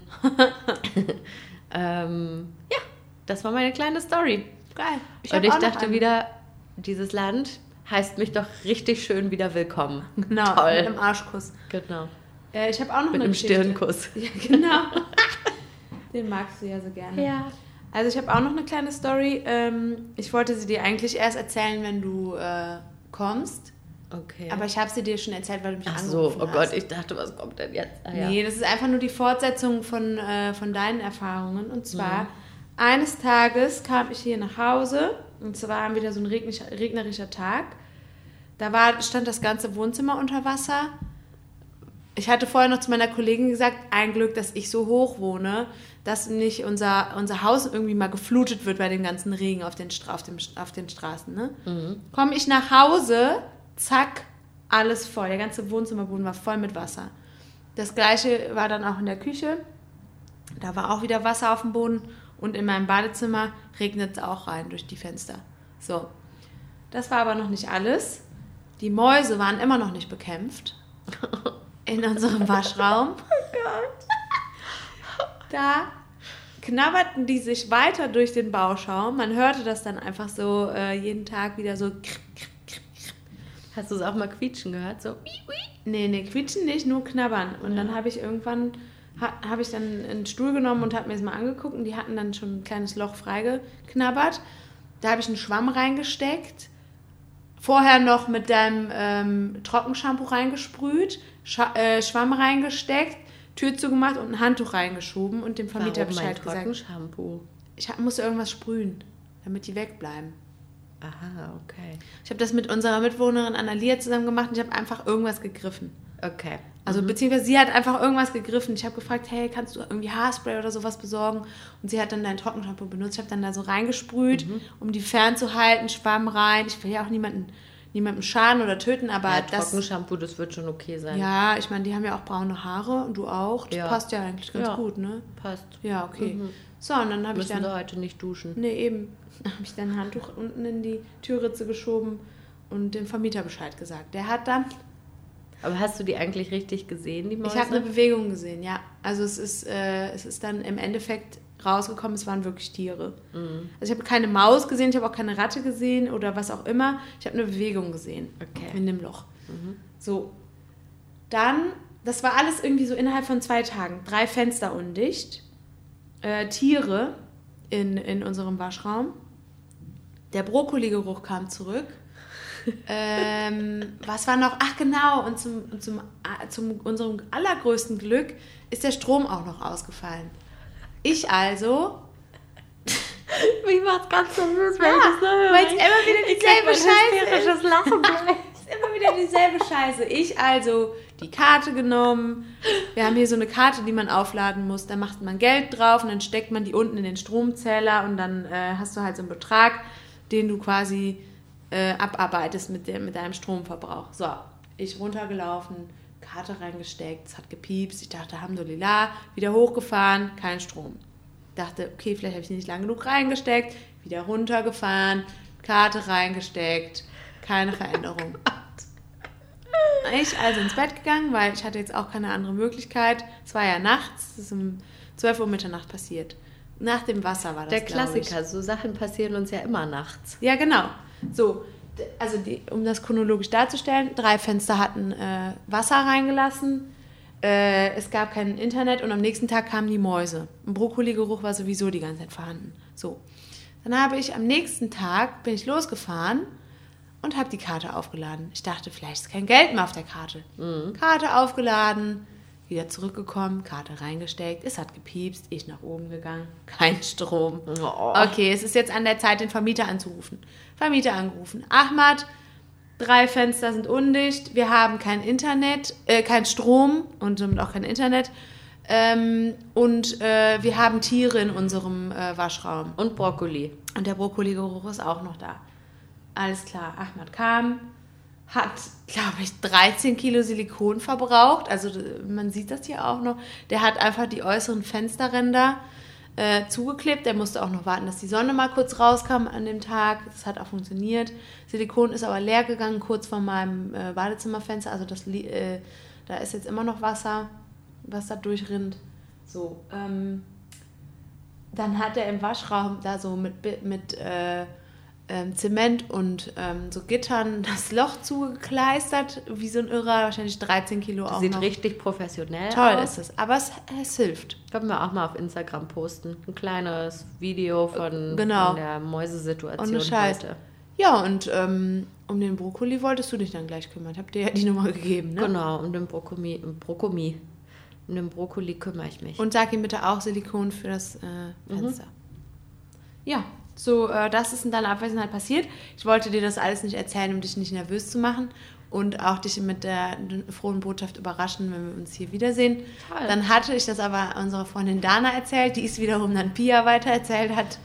Ja, das war meine kleine Story. Geil. Und ich dachte wieder, dieses Land heißt mich doch richtig schön wieder willkommen. Genau, Toll. mit einem Arschkuss. Genau. Ich habe auch noch Mit eine einem Geschichte. Stirnkuss. Ja, genau. Den magst du ja so gerne. Ja. Also ich habe auch noch eine kleine Story. Ich wollte sie dir eigentlich erst erzählen, wenn du kommst. Okay. Aber ich habe sie dir schon erzählt, weil du mich Ach angerufen so, oh hast. Gott, ich dachte, was kommt denn jetzt? Ah, ja. Nee, das ist einfach nur die Fortsetzung von deinen Erfahrungen. Und zwar, eines Tages kam ich hier nach Hause und es war wieder so ein regnerischer Tag. Da stand das ganze Wohnzimmer unter Wasser. Ich hatte vorher noch zu meiner Kollegin gesagt, ein Glück, dass ich so hoch wohne, dass nicht unser Haus irgendwie mal geflutet wird bei dem ganzen Regen auf den Straßen. Ne? Komme ich nach Hause, zack, alles voll. Der ganze Wohnzimmerboden war voll mit Wasser. Das gleiche war dann auch in der Küche. Da war auch wieder Wasser auf dem Boden. Und in meinem Badezimmer regnet es auch rein durch die Fenster. So, das war aber noch nicht alles. Die Mäuse waren immer noch nicht bekämpft. In unserem Waschraum. Oh Gott. Da knabberten die sich weiter durch den Bauschaum. Man hörte das dann einfach so jeden Tag wieder so. Hast du es auch mal quietschen gehört? So. Nee, quietschen nicht, nur knabbern. Und dann habe ich irgendwann, habe ich dann einen Stuhl genommen und habe mir das mal angeguckt und die hatten dann schon ein kleines Loch freigeknabbert. Da habe ich einen Schwamm reingesteckt, vorher noch mit deinem Trockenshampoo reingesprüht, Schwamm reingesteckt, Tür zugemacht und ein Handtuch reingeschoben und dem Vermieter Warum Bescheid mein gesagt. Trockenshampoo? Ich musste irgendwas sprühen, damit die wegbleiben. Aha, okay. Ich habe das mit unserer Mitbewohnerin Annalia zusammen gemacht und ich habe einfach irgendwas gegriffen. Okay. Also beziehungsweise sie hat einfach irgendwas gegriffen. Ich habe gefragt, hey, kannst du irgendwie Haarspray oder sowas besorgen? Und sie hat dann dein Trockenshampoo benutzt. Ich habe dann da so reingesprüht, um die fernzuhalten, Schwamm rein. Ich will ja auch niemandem schaden oder töten, aber Ja, das... Trockenshampoo, das wird schon okay sein. Ja, ich meine, die haben ja auch braune Haare und du auch. Das Ja. passt ja eigentlich ganz Ja. gut, ne? Passt. Ja, okay. So, und dann habe ich Müssen dann... wir heute nicht duschen. Nee, eben. Dann habe ich dann ein Handtuch unten in die Türritze geschoben und dem Vermieter Bescheid gesagt. Der hat dann... Aber hast du die eigentlich richtig gesehen, die Mäuse? Ich habe eine Bewegung gesehen, ja. Also es ist dann im Endeffekt rausgekommen, es waren wirklich Tiere. Also ich habe keine Maus gesehen, ich habe auch keine Ratte gesehen oder was auch immer. Ich habe eine Bewegung gesehen Okay. in dem Loch. So, dann, das war alles irgendwie so innerhalb von 2 Tagen. 3 Fenster undicht, Tiere in unserem Waschraum. Der Brokkoligeruch kam zurück. Was war noch? Ach genau, und zum unserem allergrößten Glück ist der Strom auch noch ausgefallen. Ich also... Mich macht's ganz nervös, Ja, weil es immer wieder dieselbe Scheiße ist. Lachen Es ist immer wieder dieselbe Scheiße. Ich also die Karte genommen. Wir haben hier so eine Karte, die man aufladen muss. Da macht man Geld drauf und dann steckt man die unten in den Stromzähler und dann hast du halt so einen Betrag, den du quasi abarbeitest mit deinem Stromverbrauch. So, ich runtergelaufen, Karte reingesteckt, es hat gepiepst. Ich dachte, Alhamdulillah, wieder hochgefahren, kein Strom. Dachte, okay, vielleicht habe ich nicht lang genug reingesteckt, wieder runtergefahren, Karte reingesteckt, keine Veränderung. Ich also ins Bett gegangen, weil ich hatte jetzt auch keine andere Möglichkeit. Es war ja nachts, das ist um 12 Uhr Mitternacht passiert. Nach dem Wasser war das, Der glaube ich. Klassiker, so Sachen passieren uns ja immer nachts. Ja, genau. So, also um das chronologisch darzustellen, 3 Fenster hatten Wasser reingelassen. es gab kein Internet und am nächsten Tag kamen die Mäuse. Ein Brokkoligeruch war sowieso die ganze Zeit vorhanden. So. Dann habe ich am nächsten Tag, bin ich losgefahren und habe die Karte aufgeladen. Ich dachte, vielleicht ist kein Geld mehr auf der Karte. Karte aufgeladen, wieder zurückgekommen, Karte reingesteckt, es hat gepiepst, ich nach oben gegangen, kein Strom. Okay, es ist jetzt an der Zeit, den Vermieter anzurufen. Vermieter angerufen. Ahmad, 3 Fenster sind undicht, wir haben kein Internet, kein Strom und somit auch kein Internet. Wir haben Tiere in unserem Waschraum. Und Brokkoli. Und der Brokkoligeruch ist auch noch da. Alles klar, Ahmad kam, hat, glaube ich, 13 Kilo Silikon verbraucht. Also man sieht das hier auch noch. Der hat einfach die äußeren Fensterränder zugeklebt. Der musste auch noch warten, dass die Sonne mal kurz rauskam an dem Tag. Das hat auch funktioniert. Silikon ist aber leer gegangen, kurz vor meinem Badezimmerfenster. Also da ist jetzt immer noch Wasser, was da durchrinnt. So, dann hat er im Waschraum da so mit Zement und so Gittern das Loch zugekleistert, wie so ein Irrer, wahrscheinlich 13 Kilo auch Sieht noch. richtig professionell Toll aus. ist es, aber es hilft. Können wir auch mal auf Instagram posten. Ein kleines Video von der Mäusesituation Ohne Scheiß. heute. Ja, und um den Brokkoli wolltest du dich dann gleich kümmern. Ich habe dir ja die Nummer gegeben, ne? Genau, um den Brokkoli kümmere ich mich. Und sag ihm bitte auch Silikon für das Fenster. Ja, so, das ist in deiner Abwesenheit passiert. Ich wollte dir das alles nicht erzählen, um dich nicht nervös zu machen und auch dich mit der frohen Botschaft überraschen, wenn wir uns hier wiedersehen. Toll. Dann hatte ich das aber unserer Freundin Dana erzählt, die es wiederum dann Pia weitererzählt hat.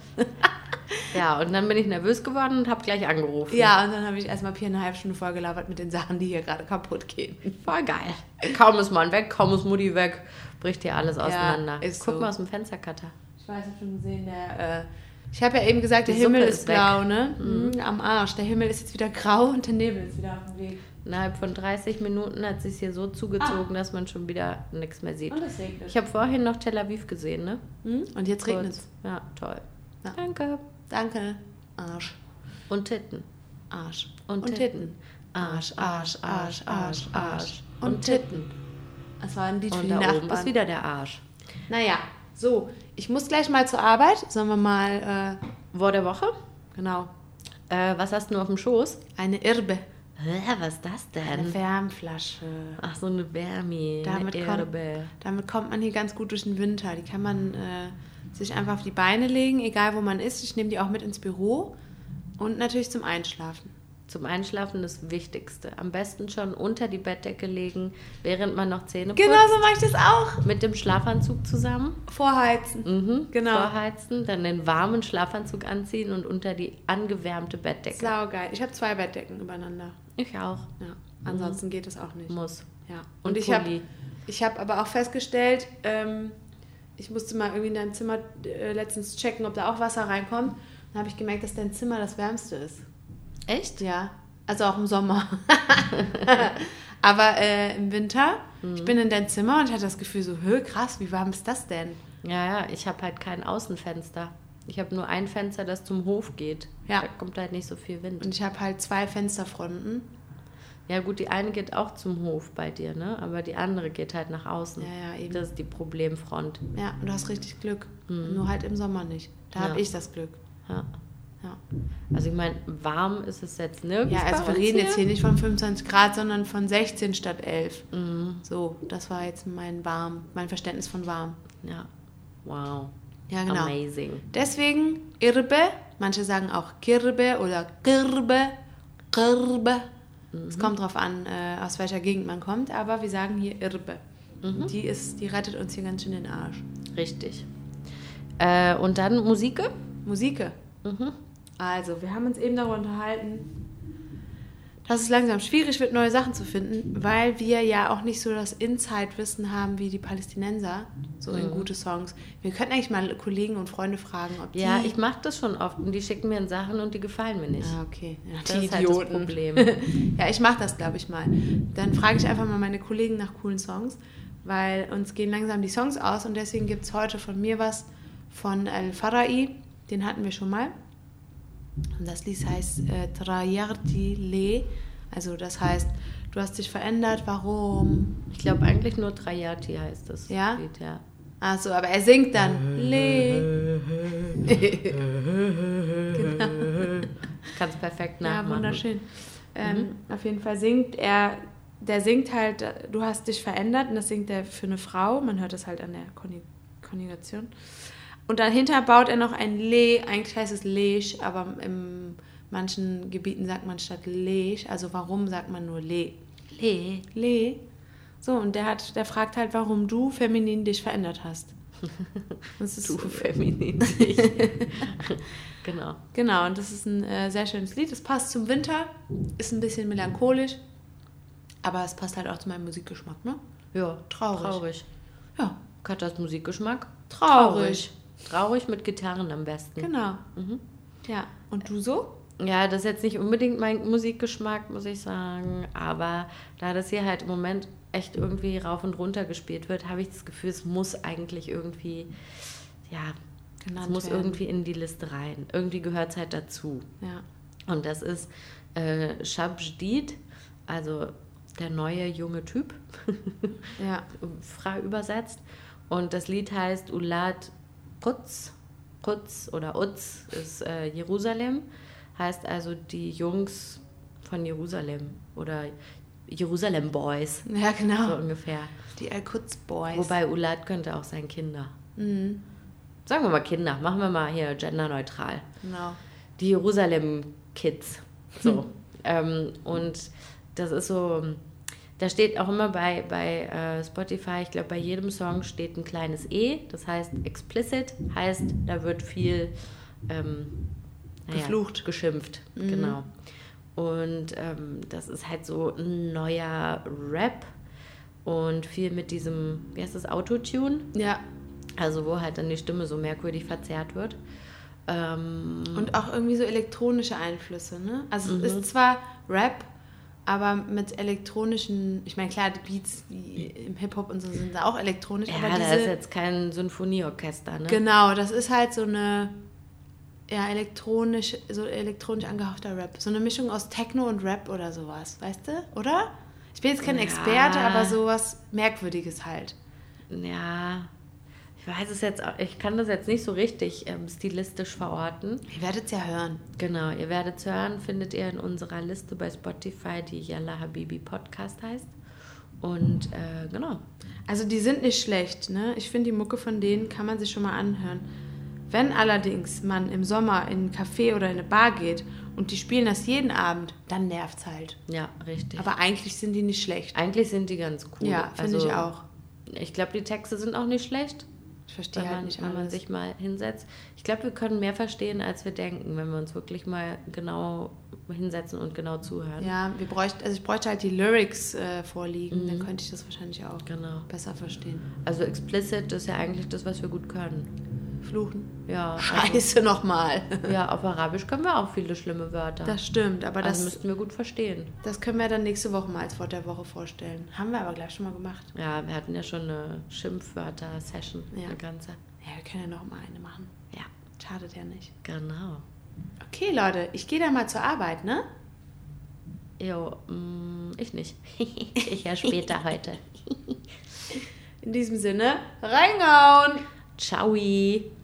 Ja, und dann bin ich nervös geworden und habe gleich angerufen. Ja, und dann habe ich erstmal Pia eine halbe Stunde vorgelabert mit den Sachen, die hier gerade kaputt gehen. Voll geil. Kaum ist Mann weg, kaum ist Mutti weg, bricht hier alles auseinander. ist Guck so. mal aus dem Fenstercutter. Ich weiß, ich habe schon gesehen, ich habe ja eben gesagt, der Die Himmel Suppe ist ist blau, ne? Am Arsch. Der Himmel ist jetzt wieder grau und der Nebel ist wieder auf dem Weg. Innerhalb von 30 Minuten hat es sich hier so zugezogen, dass man schon wieder nichts mehr sieht. Und es regnet. Ich habe vorhin noch Tel Aviv gesehen, ne? Und jetzt regnet es. Ja, toll. Ja. Danke. Danke. Arsch. Und Titten. Arsch. Und Titten. Arsch, Arsch, Arsch, Arsch, Arsch. Und Titten. Das war ein Lied für Und die da oben ist Nachbarn. wieder der Arsch. Naja, so. Ich muss gleich mal zur Arbeit. Sollen wir mal, Vor der Woche? genau, Was hast du auf dem Schoß? eine Irbe. Was ist das Eine denn? Wärmflasche. Ach, so eine Wärme. Damit kommt man hier ganz gut durch den Winter. Die kann man sich einfach auf die Beine legen, egal wo man ist. Ich nehme die auch mit ins Büro und natürlich zum Einschlafen. Zum Einschlafen das Wichtigste. Am besten schon unter die Bettdecke legen, während man noch Zähne putzt. Genau so mache ich das auch. Mit dem Schlafanzug zusammen. Vorheizen. Genau. Vorheizen, dann den warmen Schlafanzug anziehen und unter die angewärmte Bettdecke. Saugeil. Ich habe 2 Bettdecken übereinander. Ich auch. Ja. Ansonsten geht es auch nicht. Muss. Ja. Und ich Pulli. habe aber auch festgestellt, ich musste mal irgendwie in dein Zimmer letztens checken, ob da auch Wasser reinkommt. Dann habe ich gemerkt, dass dein Zimmer das wärmste ist. Echt? Ja, also auch im Sommer. Aber im Winter, ich bin in dein Zimmer und ich hatte das Gefühl so, krass, wie warm ist das denn? Ja, ich habe halt kein Außenfenster. Ich habe nur ein Fenster, das zum Hof geht. Ja. Da kommt halt nicht so viel Wind. Und ich habe halt 2 Fensterfronten. Ja gut, die eine geht auch zum Hof bei dir, ne? Aber die andere geht halt nach außen. Ja, eben. Das ist die Problemfront. Ja, und du hast richtig Glück. Nur halt im Sommer nicht. Da habe Ja. ich das Glück. Ja. Ja, Also ich meine, warm ist es jetzt nirgends ja, also bei wir uns reden jetzt hier nicht von 25 Grad, sondern von 16 statt 11. Mhm. So, das war jetzt mein Verständnis von warm. Ja, wow. Ja, genau. Amazing. Deswegen Irbe, manche sagen auch Kirbe oder Kirbe. Es kommt drauf an, aus welcher Gegend man kommt, aber wir sagen hier Irbe. Die rettet uns hier ganz schön den Arsch. Richtig. Und dann Musik? Musik. Also, wir haben uns eben darüber unterhalten, dass es langsam schwierig wird, neue Sachen zu finden, weil wir ja auch nicht so das Inside-Wissen haben wie die Palästinenser, so in gute Songs. Wir könnten eigentlich mal Kollegen und Freunde fragen, ob die... Ja, ich mache das schon oft und die schicken mir Sachen und die gefallen mir nicht. Ah, okay. Ja, Das die ist halt Idioten. das Problem. Ja, ich mache das, glaube ich, mal. Dann frage ich einfach mal meine Kollegen nach coolen Songs, weil uns gehen langsam die Songs aus und deswegen gibt es heute von mir was von Al-Farai, den hatten wir schon mal. Und das Lied heißt Trayarti Le, also das heißt, du hast dich verändert, warum? Ich glaube eigentlich nur Trajati heißt das Ja? Lied, ja. Ach so, aber er singt dann Le. Kannst perfekt Ja, nachmachen. wunderschön. Auf jeden Fall singt er, der singt halt, du hast dich verändert und das singt er für eine Frau. Man hört das halt an der Konjugation. Und dahinter baut er noch ein Le, eigentlich heißt es Lesch, aber in manchen Gebieten sagt man statt Lesch, also warum sagt man nur Le? Le. Le. So, und der fragt halt, warum du feminin dich verändert hast. Das ist Du feminin. Genau. Genau, und das ist ein sehr schönes Lied. Es passt zum Winter, ist ein bisschen melancholisch, aber es passt halt auch zu meinem Musikgeschmack, ne? Ja, Traurig. Ja, Hat das Musikgeschmack? traurig. Traurig mit Gitarren am besten. Genau. Ja, und du so? Ja, das ist jetzt nicht unbedingt mein Musikgeschmack, muss ich sagen. Aber da das hier halt im Moment echt irgendwie rauf und runter gespielt wird, habe ich das Gefühl, es muss eigentlich irgendwie, ja, Genannt es muss werden. irgendwie in die Liste rein. Irgendwie gehört es halt dazu. Ja. Und das ist Shab Jdid, also der neue junge Typ, Ja. frei übersetzt. Und das Lied heißt Ulad Quds oder Uz ist Jerusalem, heißt also die Jungs von Jerusalem oder Jerusalem Boys, Ja, genau. so ungefähr. Die Al-Quds Boys. Wobei Ulad könnte auch sein Kinder. Mhm. Sagen wir mal Kinder, machen wir mal hier genderneutral. Genau. Die Jerusalem Kids. So. Und das ist so, da steht auch immer bei Spotify, ich glaube bei jedem Song steht ein kleines E, das heißt explicit, heißt da wird viel Geflucht. geschimpft. Genau. Und das ist halt so ein neuer Rap und viel mit diesem, wie heißt das, Autotune? Ja. Also wo halt dann die Stimme so merkwürdig verzerrt wird. Und auch irgendwie so elektronische Einflüsse, ne? Also es ist zwar Rap, aber mit elektronischen, ich meine, klar, die Beats die im Hip-Hop und so sind da auch elektronisch, Ja, aber da diese, ist jetzt kein Symphonieorchester, ne? genau, das ist halt so eine, ja, elektronisch angehauchter Rap. So eine Mischung aus Techno und Rap oder sowas, weißt du, oder? Ich bin jetzt kein Ja. Experte, aber sowas Merkwürdiges halt. Ja, ich weiß es jetzt, ich kann das jetzt nicht so richtig stilistisch verorten. Ihr werdet es ja hören. Genau, ihr werdet es hören, findet ihr in unserer Liste bei Spotify, die Yalla Habibi Podcast heißt. Und genau. Also die sind nicht schlecht, ne? Ich finde, die Mucke von denen kann man sich schon mal anhören. Wenn allerdings man im Sommer in ein Café oder in eine Bar geht und die spielen das jeden Abend, dann nervt's halt. Ja, richtig. Aber eigentlich sind die nicht schlecht. Eigentlich sind die ganz cool. Ja, finde ich auch. Ich glaube, die Texte sind auch nicht schlecht. Ich verstehe Wenn halt man, nicht wenn man alles. sich mal hinsetzt. Ich glaube, wir können mehr verstehen, als wir denken, wenn wir uns wirklich mal genau hinsetzen und genau zuhören. Ja, ich bräuchte halt die Lyrics vorliegen, dann könnte ich das wahrscheinlich auch Genau. besser verstehen. Also explicit ist ja eigentlich das, was wir gut können. Fluchen. Ja, also, Scheiße nochmal. ja, auf Arabisch können wir auch viele schlimme Wörter. Das stimmt, aber also das, müssten wir gut verstehen. das können wir dann nächste Woche mal als Wort der Woche vorstellen. Haben wir aber gleich schon mal gemacht. Ja, wir hatten ja schon eine Schimpfwörter-Session, Ja. eine ganze. Ja, wir können ja noch mal eine machen. Ja, Schadet ja nicht. genau. Okay, Leute, ich gehe da mal zur Arbeit, ne? Jo, ich nicht. Ich ja später heute. In diesem Sinne, reingehauen! Ciao.